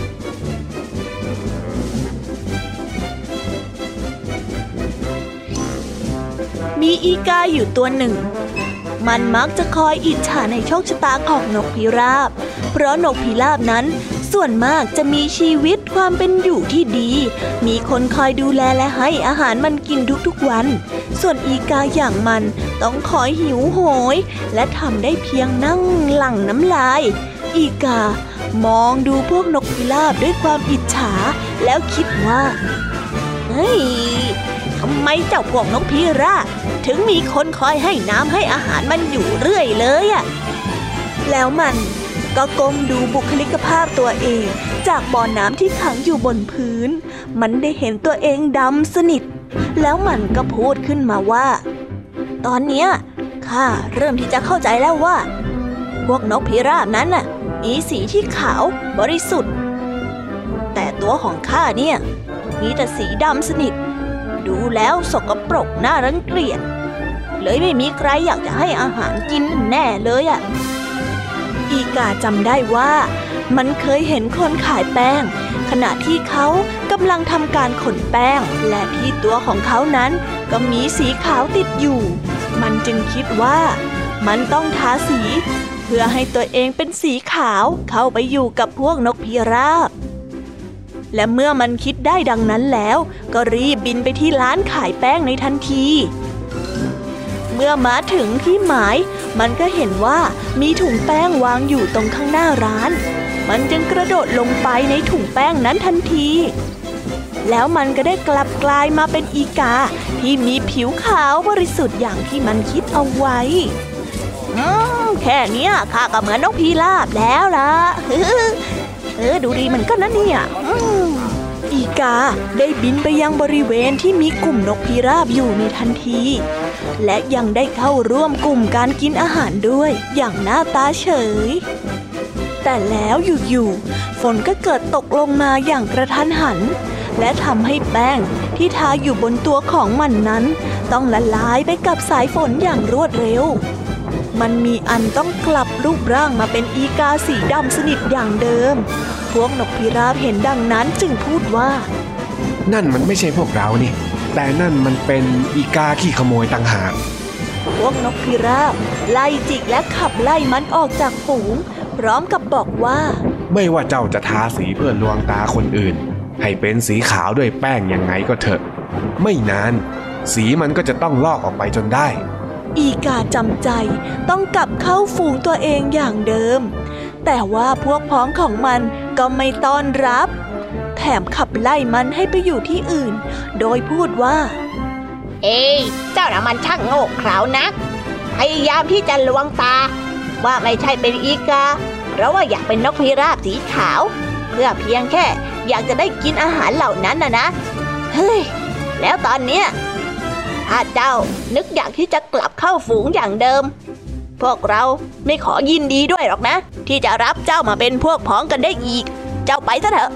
[SPEAKER 1] มีอีกาอยู่ตัวหนึ่งมันมักจะคอยอิจฉาในโชคชะตาของนกพิราบเพราะนกพิราบนั้นส่วนมากจะมีชีวิตความเป็นอยู่ที่ดีมีคนคอยดูแลและให้อาหารมันกินทุกๆวันส่วนอีกาอย่างมันต้องคอยหิวโหยและทำได้เพียงนั่งหลั่งน้ำลายอีกามองดูพวกนกพิราบด้วยความอิจฉาแล้วคิดว่าเฮ้ยทำไมเจ้าพวกนกพิราบถึงมีคนคอยให้น้ำให้อาหารมันอยู่เรื่อยเลยอะแล้วมันก็ก้มดูบุคลิกภาพตัวเองจากบ่อน้ำที่ขังอยู่บนพื้นมันได้เห็นตัวเองดำสนิทแล้วมันก็พูดขึ้นมาว่าตอนเนี้ยข้าเริ่มที่จะเข้าใจแล้วว่าพวกนกพิราบนั้นน่ะมีสีที่ขาวบริสุทธิ์แต่ตัวของข้าเนี่ยมีแต่สีดำสนิทดูแล้วสกปรกน่ารังเกียจเลยไม่มีใครอยากจะให้อาหารกินแน่เลยอ่ะอีกาจำได้ว่ามันเคยเห็นคนขายแป้งขณะที่เขากำลังทำการขนแป้งและที่ตัวของเขานั้นก็มีสีขาวติดอยู่มันจึงคิดว่ามันต้องทาสีเพื่อให้ตัวเองเป็นสีขาวเข้าไปอยู่กับพวกนกพิราบและเมื่อมันคิดได้ดังนั้นแล้วก็รีบบินไปที่ร้านขายแป้งในทันทีเมื่อมาถึงที่หมายมันก็เห็นว่ามีถุงแป้งวางอยู่ตรงข้างหน้าร้านมันจึงกระโดดลงไปในถุงแป้งนั้นทันทีแล้วมันก็ได้กลับกลายมาเป็นอีกาที่มีผิวขาวบริสุทธิ์อย่างที่มันคิดเอาไว้อืมแค่เนี้ยข้าก็เหมือนนกพิราบแล้วล่ะ เออดูดีเหมือนกันนะเนี่ยอีกาได้บินไปยังบริเวณที่มีกลุ่มนกพิราบอยู่ในทันทีและยังได้เข้าร่วมกลุ่มการกินอาหารด้วยอย่างหน้าตาเฉยแต่แล้วอยู่ๆฝนก็เกิดตกลงมาอย่างกระทันหันและทำให้แป้งที่ทาอยู่บนตัวของมันนั้นต้องละลายไปกับสายฝนอย่างรวดเร็วมันมีอันต้องกลับรูปร่างมาเป็นอีกาสีดำสนิทอย่างเดิมพวกนกพิราบเห็นดังนั้นจึงพูดว่า
[SPEAKER 3] นั่นมันไม่ใช่พวกเรานี่แต่นั่นมันเป็นอีกาขี้ขโมยต่างหาก
[SPEAKER 1] พวกนกพิราบไล่จิกและขับไล่มันออกจากฝูงพร้อมกับบอกว่า
[SPEAKER 3] ไม่ว่าเจ้าจะทาสีเพื่อลวงตาคนอื่นให้เป็นสีขาวด้วยแป้งยังไงก็เถอะไม่นานสีมันก็จะต้องลอกออกไปจนได้
[SPEAKER 1] อีกาจำใจต้องกลับเข้าฝูงตัวเองอย่างเดิมแต่ว่าพวกพ้องของมันก็ไม่ต้อนรับแถมขับไล่มันให้ไปอยู่ที่อื่นโดยพูดว่า
[SPEAKER 4] เอ้ยเจ้าน่ะมันช่างโง่เขลานักพยายามที่จะลวงตาว่าไม่ใช่เป็นอีกาเพราะว่าอยากเป็นนกพิราบสีขาวเพื่อเพียงแค่อยากจะได้กินอาหารเหล่านั้นน่ะนะเฮ้ยแล้วตอนเนี้ยถ้าเจ้านึกอยากที่จะกลับเข้าฝูงอย่างเดิมพวกเราไม่ขอยินดีด้วยหรอกนะที่จะรับเจ้ามาเป็นพวกพ้องกันได้อีกเจ้าไปซะเถอะ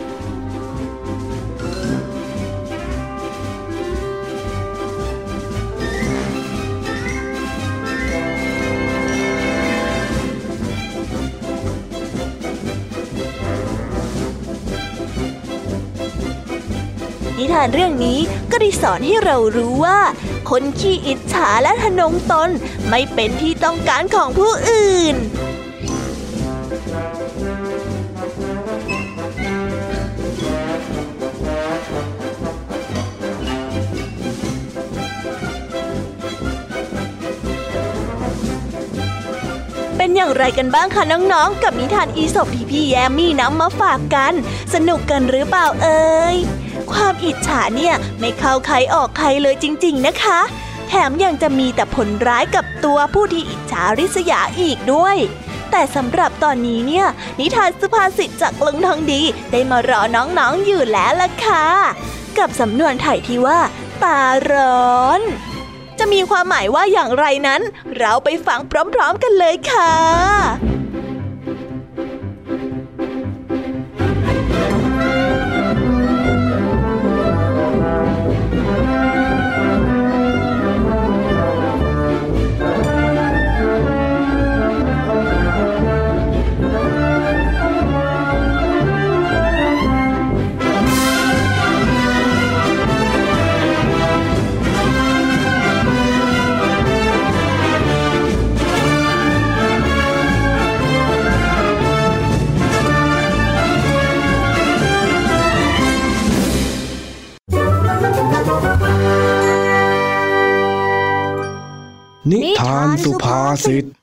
[SPEAKER 4] นิทานเรื่องนี้ก็ได้สอนให้เรารู้ว่าคนขี้อิจฉาและทะนงตนไม่เป็นที่ต้องการของผู้อื่นเป็นอย่างไรกันบ้างคะน้องๆกับนิทานอีสปที่พี่แยมมี่นำมาฝากกันสนุกกันหรือเปล่าเอ่ยความอิจฉาเนี่ยไม่เข้าใครออกใครเลยจริงๆนะคะแถมยังจะมีแต่ผลร้ายกับตัวผู้ที่อิจฉาริษยาอีกด้วยแต่สำหรับตอนนี้เนี่ยนิทานสุภาษิตจากลุงทองดีได้มารอน้องๆอยู่แล้วล่ะค่ะกับสำนวนไทยที่ว่าตาร้อนจะมีความหมายว่าอย่างไรนั้นเราไปฟังพร้อมๆกันเลยค่ะ
[SPEAKER 5] เ
[SPEAKER 3] นิทานสุภาษิต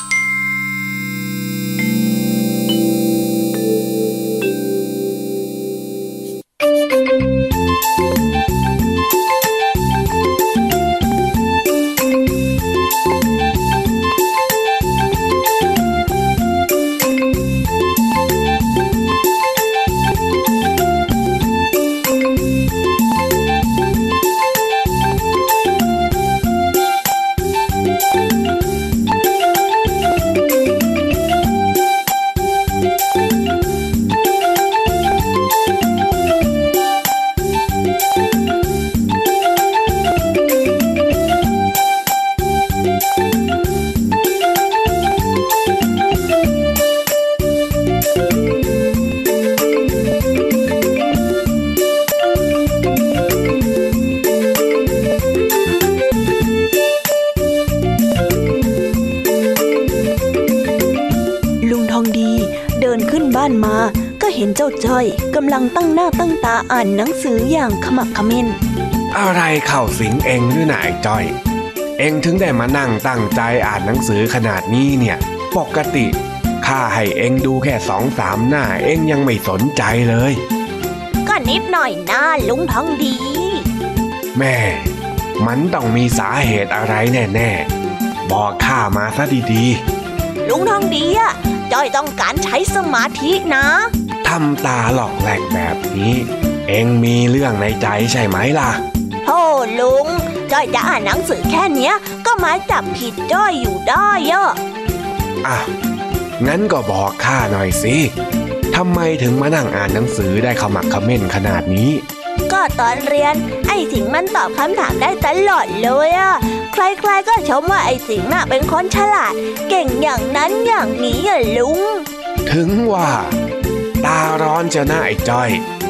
[SPEAKER 1] มาก็เห็นเจ้าจ้อยกำลังตั้งหน้าตั้งตาอ่านหนังสืออย่างขมักเขม้น
[SPEAKER 3] อะไรเข้าสิงเองหรือน่ะไอ้จ้อยเองถึงได้มานั่งตั้งใจอ่านหนังสือขนาดนี้เนี่ยปกติข้าให้เองดูแค่สองสามหน้าเองยังไม่สนใจเลย
[SPEAKER 1] ก็นิดหน่อยนะลุงทองดี
[SPEAKER 3] แม่มันต้องมีสาเหตุอะไรแน่ๆบอกข้ามาซะดี
[SPEAKER 1] ๆลุงทองดีอะจ้อยต้องการใช้สมาธินะ
[SPEAKER 3] ทำตาหลอกแหลกแบบนี้เอ็งมีเรื่องในใจใช่ไหมล่ะ
[SPEAKER 1] โอ้ลุงจ้อยจะอ่านหนังสือแค่เนี้ยก็มาจับผิดจ้อยอยู่ได้อะ
[SPEAKER 3] อ่ะงั้นก็บอกข้าหน่อยสิทำไมถึงมานั่งอ่านหนังสือได้ขมักเขม้นขนาดนี้
[SPEAKER 1] ก็ตอนเรียนไอ้สิงมันตอบคำถามได้ตลอดเลยอะใครๆก็ชมว่าไอ้สิงน่ะเป็นคนฉลาดเก่งอย่างนั้นอย่างนี้อะลุง
[SPEAKER 3] ถึงว่าตาร้อนจะน่าไอ้จ้อย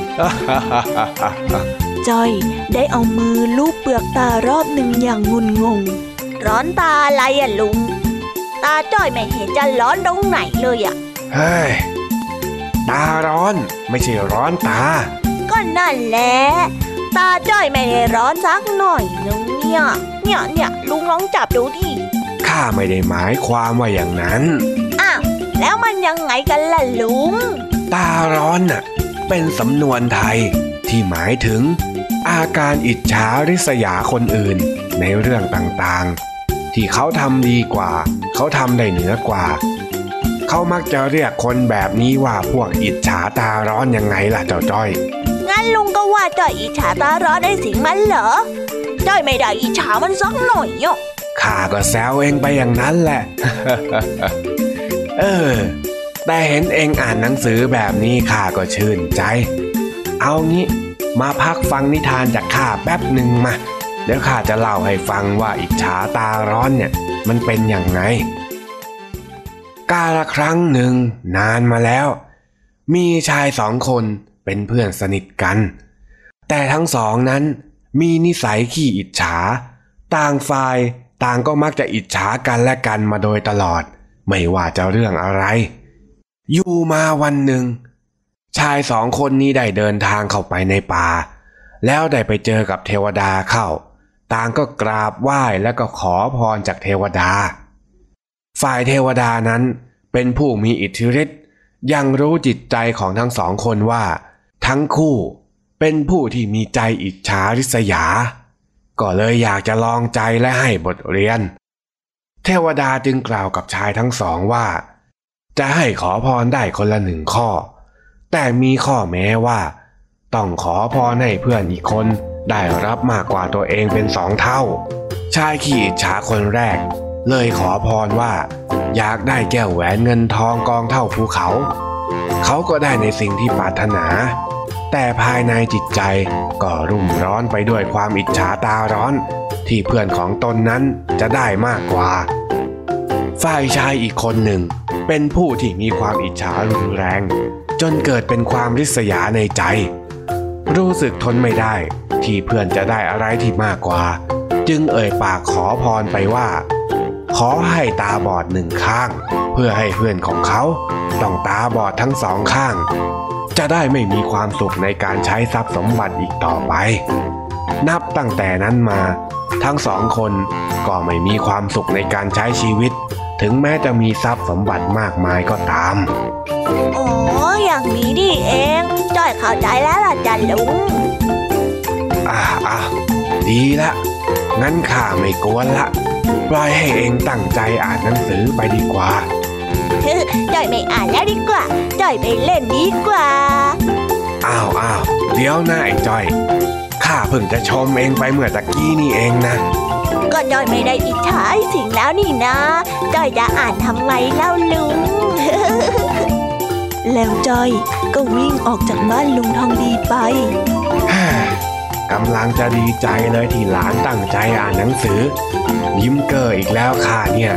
[SPEAKER 2] จ้อยได้เอามือลูบเปลือกตารอบหนึ่งอย่างงุนงง
[SPEAKER 1] ร้อนตาอะไรอะลุงตาจ้อยไม่เห็นจะร้อนตรงไหนเลยอะ
[SPEAKER 3] เฮ้ยตาร้อนไม่ใช่ร้อนตา
[SPEAKER 1] ก็นั่นแหละตาจ้อยไม่ได้ร้อนสักหน่อยนึงเนี่ยเนี่ยเนี่ยลุงลองจับดูดิ
[SPEAKER 3] ข้าไม่ได้หมายความว่าอย่างนั้น
[SPEAKER 1] อ้าวแล้วมันยังไงกันล่ะลุง
[SPEAKER 3] ตาร้อนน่ะเป็นสำนวนไทยที่หมายถึงอาการอิจฉาริษยาคนอื่นในเรื่องต่างๆที่เขาทำดีกว่าเขาทำได้เหนือกว่าเขามักจะเรียกคนแบบนี้ว่าพวกอิจฉาตาร้อนยังไงล่ะเจ้าจ้อย
[SPEAKER 1] งั้นลุงก็ว่าจ้อยอิจฉาตาร้อนไอ้สิงมันเหรอจ้อยไม่ได้อิจฉามันสักหน่อยอ่ะ
[SPEAKER 3] ข้าก็แซวเองไปอย่างนั้นแหละ เออแต่เห็นเองอ่านหนังสือแบบนี้ข้าก็ชื่นใจเอางี้มาพักฟังนิทานจากข้าแป๊บหนึ่งมาเดี๋ยวข้าจะเล่าให้ฟังว่าอิจฉาตาร้อนเนี่ยมันเป็นยังไงกาลครั้งหนึ่งนานมาแล้วมีชายสองคนเป็นเพื่อนสนิทกันแต่ทั้งสองนั้นมีนิสัยขี้อิจฉาต่างฝ่ายต่างก็มักจะอิจฉากันและกันมาโดยตลอดไม่ว่าจะเรื่องอะไรอยู่มาวันหนึ่งชายสองคนนี้ได้เดินทางเข้าไปในป่าแล้วได้ไปเจอกับเทวดาเข้าต่างก็กราบไหว้แล้วก็ขอพรจากเทวดาฝ่ายเทวดานั้นเป็นผู้มีอิทธิฤทธิ์ยังรู้จิตใจของทั้งสองคนว่าทั้งคู่เป็นผู้ที่มีใจอิจฉาริษยาก็เลยอยากจะลองใจและให้บทเรียนเทวดาจึงกล่าวกับชายทั้งสองว่าจะให้ขอพรได้คนละหนึ่งข้อแต่มีข้อแม้ว่าต้องขอพรให้เพื่อนอีกคนได้รับมากกว่าตัวเองเป็นสองเท่าชายขี้อิจฉาคนแรกเลยขอพรว่าอยากได้แก้วแหวนเงินทองกองเท่าภูเขาเขาก็ได้ในสิ่งที่ปรารถนาแต่ภายในจิตใจก็รุ่มร้อนไปด้วยความอิจฉาตาร้อนที่เพื่อนของตนนั้นจะได้มากกว่าฝ่ายชายอีกคนหนึ่งเป็นผู้ที่มีความอิจฉารุนแรงจนเกิดเป็นความริษยาในใจรู้สึกทนไม่ได้ที่เพื่อนจะได้อะไรที่มากกว่าจึงเอ่ยปากขอพรไปว่าขอให้ตาบอดหนึ่งข้างเพื่อให้เพื่อนของเขาต้องตาบอดทั้งสองข้างจะได้ไม่มีความสุขในการใช้ทรัพย์สมบัติอีกต่อไปนับตั้งแต่นั้นมาททั้งสองคนก็ไม่มีความสุขในการใช้ชีวิตถึงแม้จะมีทรัพย์สมบัติมากมายก็ตาม
[SPEAKER 4] อ๋ออย่างนี้นี่เองจ้อยเข้าใจแล้วล่ะจ้ะลุง
[SPEAKER 3] อ่าอ่ะดีละงั้นข้าไม่กวนละปล่อยให้เองตั้งใจอ่านหนังสือไปดีกว่า
[SPEAKER 4] จ้อยไม่อ่านแล้วดีกว่าจ้อยไปเล่นดีกว่า
[SPEAKER 3] อ้าวอ้าวเดี๋ยวนะไอ้จ้อยข้าเพิ่งจะชมเองไปเมื่อตะกี้นี่เองนะ
[SPEAKER 4] ก็จ้อยไม่ได้อิจฉาสิ่งแล้วนี่นะจ้อยจะอ่านทำไมเล่าลุง
[SPEAKER 1] แล้วจ้อยก็วิ่งออกจากบ้านลุงทองดีไป
[SPEAKER 3] กำลังจะดีใจเลยที่หลานตั้งใจอ่านหนังสือยิ้มเก้ออีกแล้วข้าเนี่ย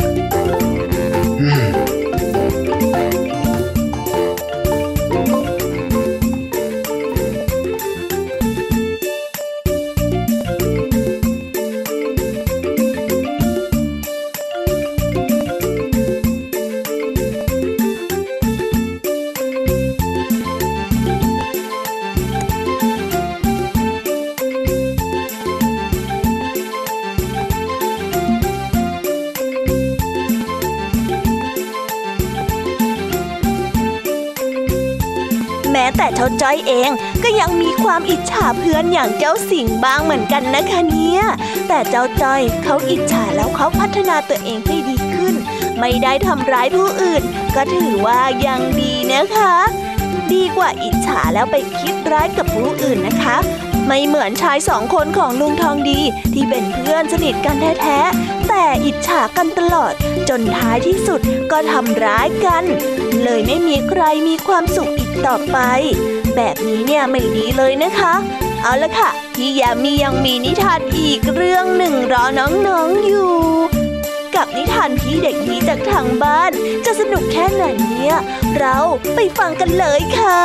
[SPEAKER 1] แต่เจ้าจ้อยเองก็ยังมีความอิจฉาเพื่อนอย่างเจ้าสิงห์บ้างเหมือนกันนะคะเนี่ยแต่เจ้าจ้อยเขาอิจฉาแล้วเขาพัฒนาตัวเองให้ดีขึ้นไม่ได้ทำร้ายผู้อื่นก็ถือว่ายังดีนะคะดีกว่าอิจฉาแล้วไปคิดร้ายกับผู้อื่นนะคะไม่เหมือนชายสองคนของลุงทองดีที่เป็นเพื่อนสนิทกันแท้ๆแต่อิจฉากันตลอดจนท้ายที่สุดก็ทำร้ายกันเลยไม่มีใครมีความสุขอีกต่อไปแบบนี้เนี่ยไม่ดีเลยนะคะเอาละค่ะพี่ยามียังมีนิทานอีกเรื่องหนึ่งรอน้องๆอยู่กับนิทานพี่เด็กดีจากทางบ้านจะสนุกแค่ไหนเนี่ยเราไปฟังกันเลยค่ะ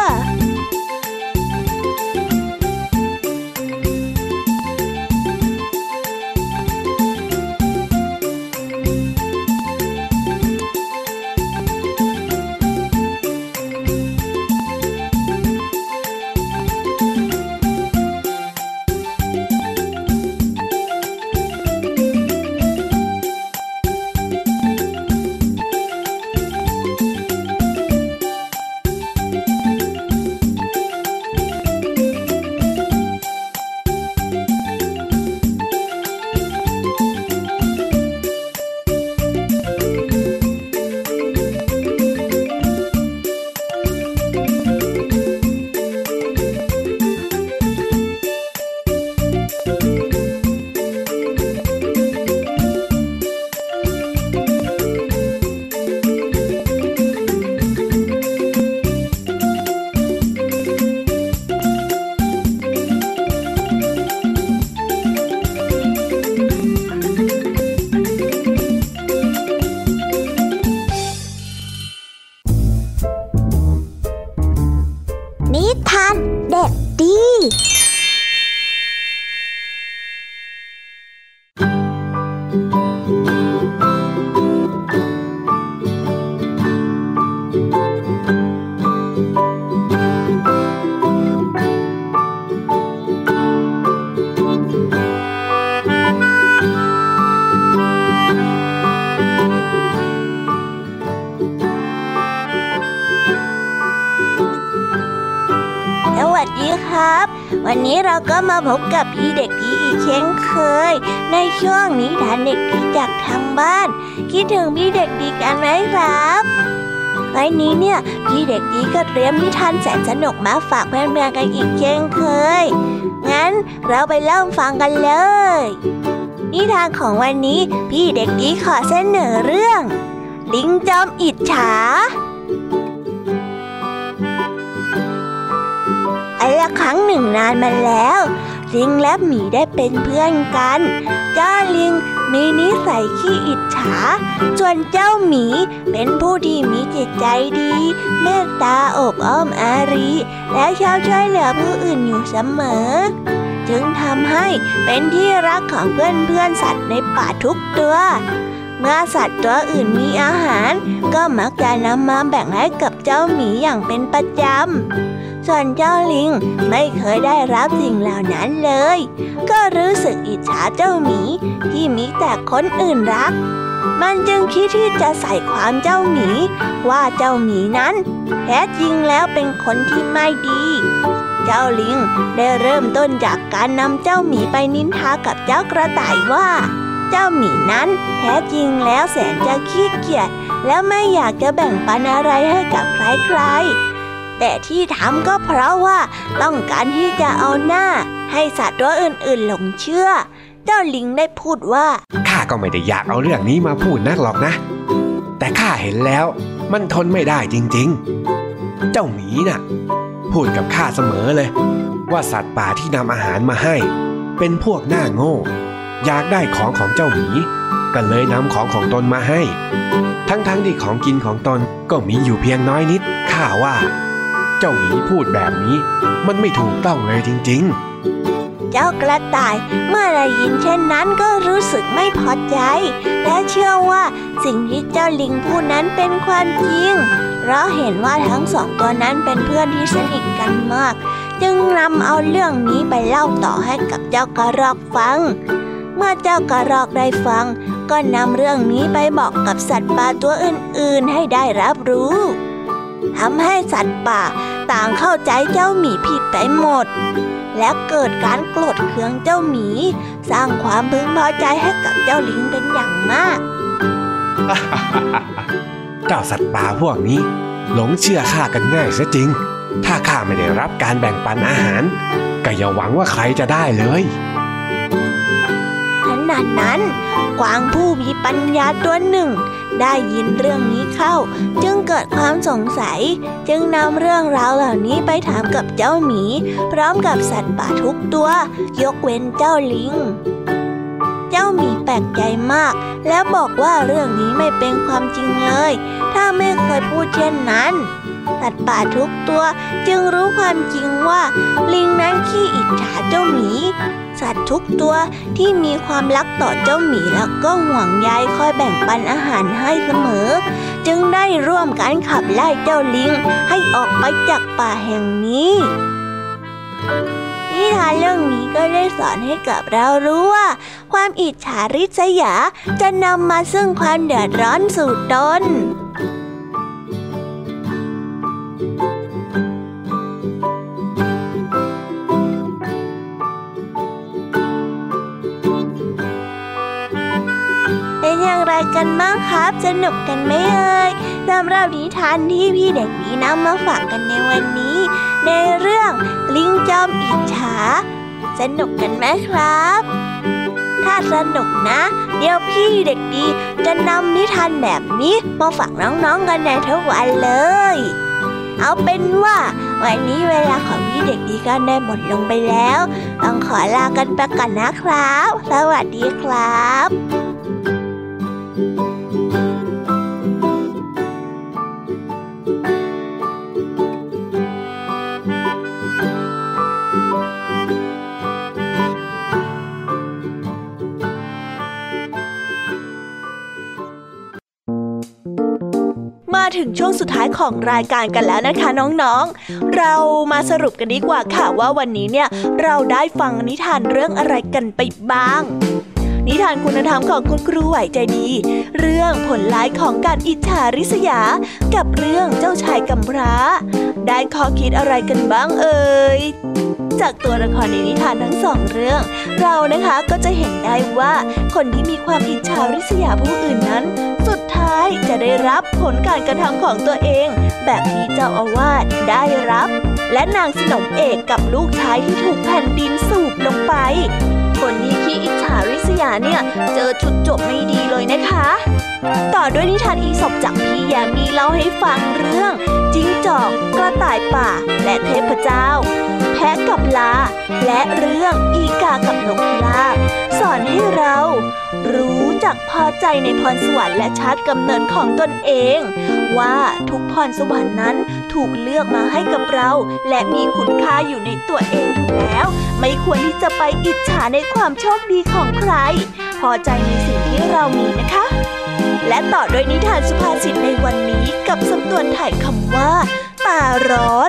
[SPEAKER 1] วันนี้เราก็มาพบกับพี่เด็กดีอีกเช่นเคยในช่วงนิทานเด็กดีจากทางบ้านคิดถึงพี่เด็กดีกันไหมครับวันนี้เนี่ยพี่เด็กดีก็เตรียมนิทานแสนสนุกมาฝากเพื่อนๆกันอีกเช่นเคยงั้นเราไปเริ่มฟังกันเลยนิทานของวันนี้พี่เด็กดีขอเสนอเรื่องลิงจอมอิจฉาอันละครั้งหนึ่งนานมาแล้วลิงและหมีได้เป็นเพื่อนกันเจ้าลิงมีนิสัยขี้อิจฉาส่วนเจ้าหมีเป็นผู้ที่มีจิตใจดีเมตตาอบอ้อมอารีและชอบช่วยเหลือผู้อื่นอยู่เสมอจึงทำให้เป็นที่รักของเพื่อนๆสัตว์ในป่าทุกตัวเมื่อสัตว์ตัวอื่นมีอาหารก็มักจะนำมาแบ่งให้กับเจ้าหมีอย่างเป็นประจำ
[SPEAKER 4] ส่วนเจ้าลิงไม่เคยได้รับสิ่งเหล่านั้นเลยก็รู้สึกอิจฉาเจ้าหมีที่มีแต่คนอื่นรักมันจึงคิดที่จะใส่ความเจ้าหมีว่าเจ้าหมีนั้นแท้จริงแล้วเป็นคนที่ไม่ดีเจ้าลิงได้เริ่มต้นจากการนำเจ้าหมีไปนินทากับเจ้ากระต่ายว่าเจ้าหมีนั้นแท้จริงแล้วแสนจะขี้เกียจและไม่อยากจะแบ่งปันอะไรให้กับใครๆแต่ที่ทำก็เพราะว่าต้องการที่จะเอาหน้าให้สัตว์ตัวอื่นๆหลงเชื่อเจ้าลิงได้พูดว่า
[SPEAKER 3] ข้าก็ไม่ได้อยากเอาเรื่องนี้มาพูดนักหรอกนะแต่ข้าเห็นแล้วมันทนไม่ได้จริงๆเจ้าหมีน่ะพูดกับข้าเสมอเลยว่าสัตว์ป่าที่นำอาหารมาให้เป็นพวกหน้าโง่อยากได้ของของเจ้าหมีก็เลยนำของของตนมาให้ทั้งๆ ท, ที่ของกินของตนก็มีอยู่เพียงน้อยนิดข้าว่าเจ้าหมีพูดแบบนี้มันไม่ถูกต้องเลยจริงๆ
[SPEAKER 4] เจ้ากระต่ายเมื่อได้ยินเช่นนั้นก็รู้สึกไม่พอใจและเชื่อว่าสิ่งที่เจ้าลิงพูดนั้นเป็นความจริงเพราะเห็นว่าทั้งสองตัวนั้นเป็นเพื่อนที่สนิทกันมากจึงนำเอาเรื่องนี้ไปเล่าต่อให้กับเจ้ากระรอกฟังเมื่อเจ้ากระรอกได้ฟังก็นำเรื่องนี้ไปบอกกับสัตว์ป่าตัวอื่นๆให้ได้รับรู้ทำให้สัตว์ป่าต่างเข้าใจเจ้าหมีผิดไปหมดและเกิดการโกรธเคืองเจ้าหมีสร้างความพึงพอใจให้กับเจ้าลิงเป็นอย่างมาก
[SPEAKER 3] เจ้าสัตว์ป่าพวกนี้หลงเชื่อข้ากันง่ายซะจริงถ้าข้าไม่ได้รับการแบ่งปันอาหารก็อย่าหวังว่าใครจะได้เลย
[SPEAKER 4] ขณะนั้นกวางผู้มีปัญญาตัวหนึ่งได้ยินเรื่องนี้เข้าจึงเกิดความสงสัยจึงนำเรื่องราวเหล่านี้ไปถามกับเจ้าหมีพร้อมกับสัตว์ป่าทุกตัวยกเว้นเจ้าลิงเจ้าหมีแปลกใจมากและบอกว่าเรื่องนี้ไม่เป็นความจริงเลยถ้าไม่เคยพูดเช่นนั้นสัตว์ป่าทุกตัวจึงรู้ความจริงว่าลิงนั้นขี้อิจฉาเจ้าหมีสัตว์ทุกตัวที่มีความรักต่อเจ้าหมีแล้วก็ห่วงใยคอยแบ่งปันอาหารให้เสมอจึงได้ร่วมกันขับไล่เจ้าลิงให้ออกไปจากป่าแห่งนี้นิทานเรื่องนี้ก็ได้สอนให้กับเรารู้ว่าความอิจฉาริษยาจะนำมาซึ่งความเดือดร้อนสู่ตนเป็นอย่างไรกันบ้างครับสนุกกันไหมเอ่ยสำหรับนิทานที่พี่เด็กดีนำมาฝากกันในวันนี้ในเรื่องลิงจอมอิจฉาสนุกกันไหมครับถ้าสนุกนะเดี๋ยวพี่เด็กดีจะนำนิทานแบบนี้มาฝากน้องๆกันในทุกวันเลยเอาเป็นว่าวันนี้เวลาของพี่เด็กดีก็ได้หมดลงไปแล้วต้องขอลากันไปก่อนนะครับสวัสดีครับ
[SPEAKER 1] มาถึงช่วงสุดท้ายของรายการกันแล้วนะคะน้องๆเรามาสรุปกันดีกว่าค่ะว่าวันนี้เนี่ยเราได้ฟังนิทานเรื่องอะไรกันไปบ้างนิทานคุณธรรมของคุณครูไหวใจดีเรื่องผลร้ายของการอิจฉาริษยากับเรื่องเจ้าชายกำพร้าได้ข้อคิดอะไรกันบ้างเอ่ยจากตัวละครในนิทานทั้งสองเรื่องเรานะคะก็จะเห็นได้ว่าคนที่มีความอิจฉาริษยาผู้อื่นนั้นสุดท้ายจะได้รับผลการกระทำของตัวเองแบบที่เจ้าอาวาสได้รับและนางสนมเอกกับลูกชายที่ถูกแผ่นดินสูบลงไปคนที่ขี้อิจฉาริษยาเนี่ยเจอจุดจบไม่ดีเลยนะคะต่อด้วยนิทานอีสปจากพี่แยมมี่เล่าให้ฟังเรื่องจิ้งจอกกระต่ายป่าและเทพเจ้าแพะกับลาและเรื่องอีกากับนกพิราบสอนให้เรารู้จักพอใจในพรสวรรค์และชาติกำเนิดของตนเองว่าทุกพรสวรรค์นั้นถูกเลือกมาให้กับเราและมีคุณค่าอยู่ในตัวเองอยู่แล้วไม่ควรที่จะไปอิจฉาในความโชคดีของใครพอใจในสิ่งที่เรามีนะคะและต่อด้วยนิทานสุภาษิตในวันนี้กับสำนวนไถ่คำว่าตาร้อนท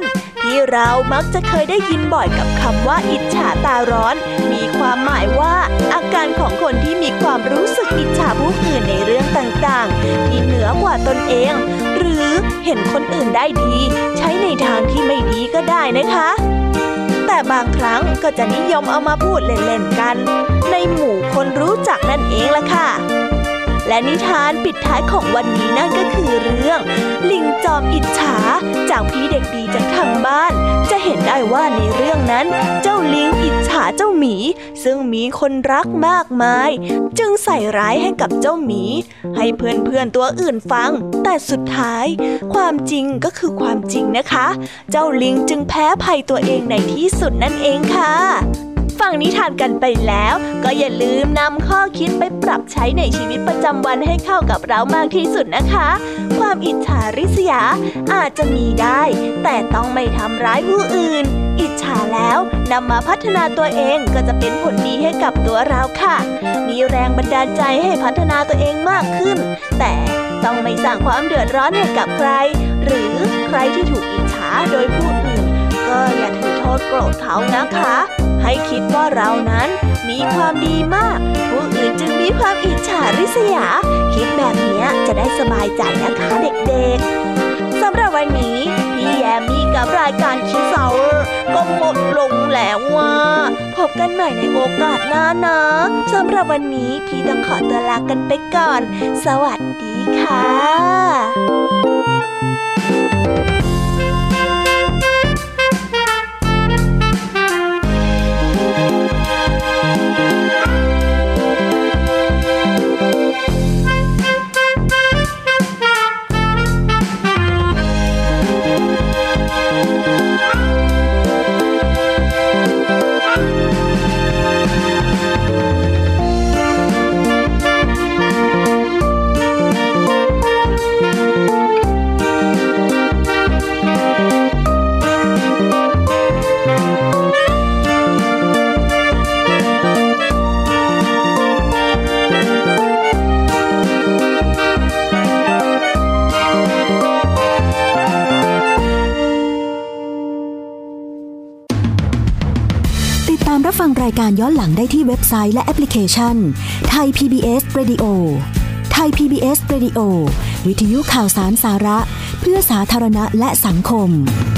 [SPEAKER 1] ที่เรามักจะเคยได้ยินบ่อยกับคำว่าอิจฉาตาร้อนมีความหมายว่าอาการของคนที่มีความรู้สึกอิจฉาผู้อื่นในเรื่องต่างๆที่เหนือกว่าตนเองหรือเห็นคนอื่นได้ดีใช้ในทางที่ไม่ดีก็ได้นะคะแต่บางครั้งก็จะนิยมเอามาพูดเล่นๆกันในหมู่คนรู้จักนั่นเองล่ะค่ะและนิทานปิดท้ายของวันนี้นั่นก็คือเรื่องลิงจอมอิจฉาจากพี่เด็กดีจากทางบ้านจะเห็นได้ว่าในเรื่องนั้นเจ้าลิงอิจฉาเจ้าหมีซึ่งมีคนรักมากมายจึงใส่ร้ายให้กับเจ้าหมีให้เพื่อนๆตัวอื่นฟังแต่สุดท้ายความจริงก็คือความจริงนะคะเจ้าลิงจึงแพ้ภัยตัวเองในที่สุดนั่นเองค่ะฟังนิทานกันไปแล้วก็อย่าลืมนำข้อคิดไปปรับใช้ในชีวิตประจำวันให้เข้ากับเรามากที่สุดนะคะความอิจฉาริษยาอาจจะมีได้แต่ต้องไม่ทำร้ายผู้อื่นอิจฉาแล้วนำมาพัฒนาตัวเองก็จะเป็นผลดีให้กับตัวเราค่ะมีแรงบันดาลใจให้พัฒนาตัวเองมากขึ้นแต่ต้องไม่สร้างความเดือดร้อนให้กับใครหรือใครที่ถูกอิจฉาโดยผู้อื่นก็อย่าถือโทษโกรธเขานะคะให้คิดว่าเรานั้นมีความดีมากผู้อื่นจึงมีความอิจฉาริษยาคิดแบบนี้จะได้สบายใจนะคะเด็กๆสำหรับวันนี้พี่แยมมี่กับรายการคิดเซาร์ก็หมดลงแล้วว่าพบกันใหม่ในโอกาสหน้านะสำหรับวันนี้พี่ต้องขอตัวลากันไปก่อนสวัสดีค่ะ
[SPEAKER 5] รับฟังรายการย้อนหลังได้ที่เว็บไซต์และแอปพลิเคชัน Thai พี บี เอส Radio Thai พี บี เอส Radio วิทยุข่าวสารสาระเพื่อสาธารณะและสังคม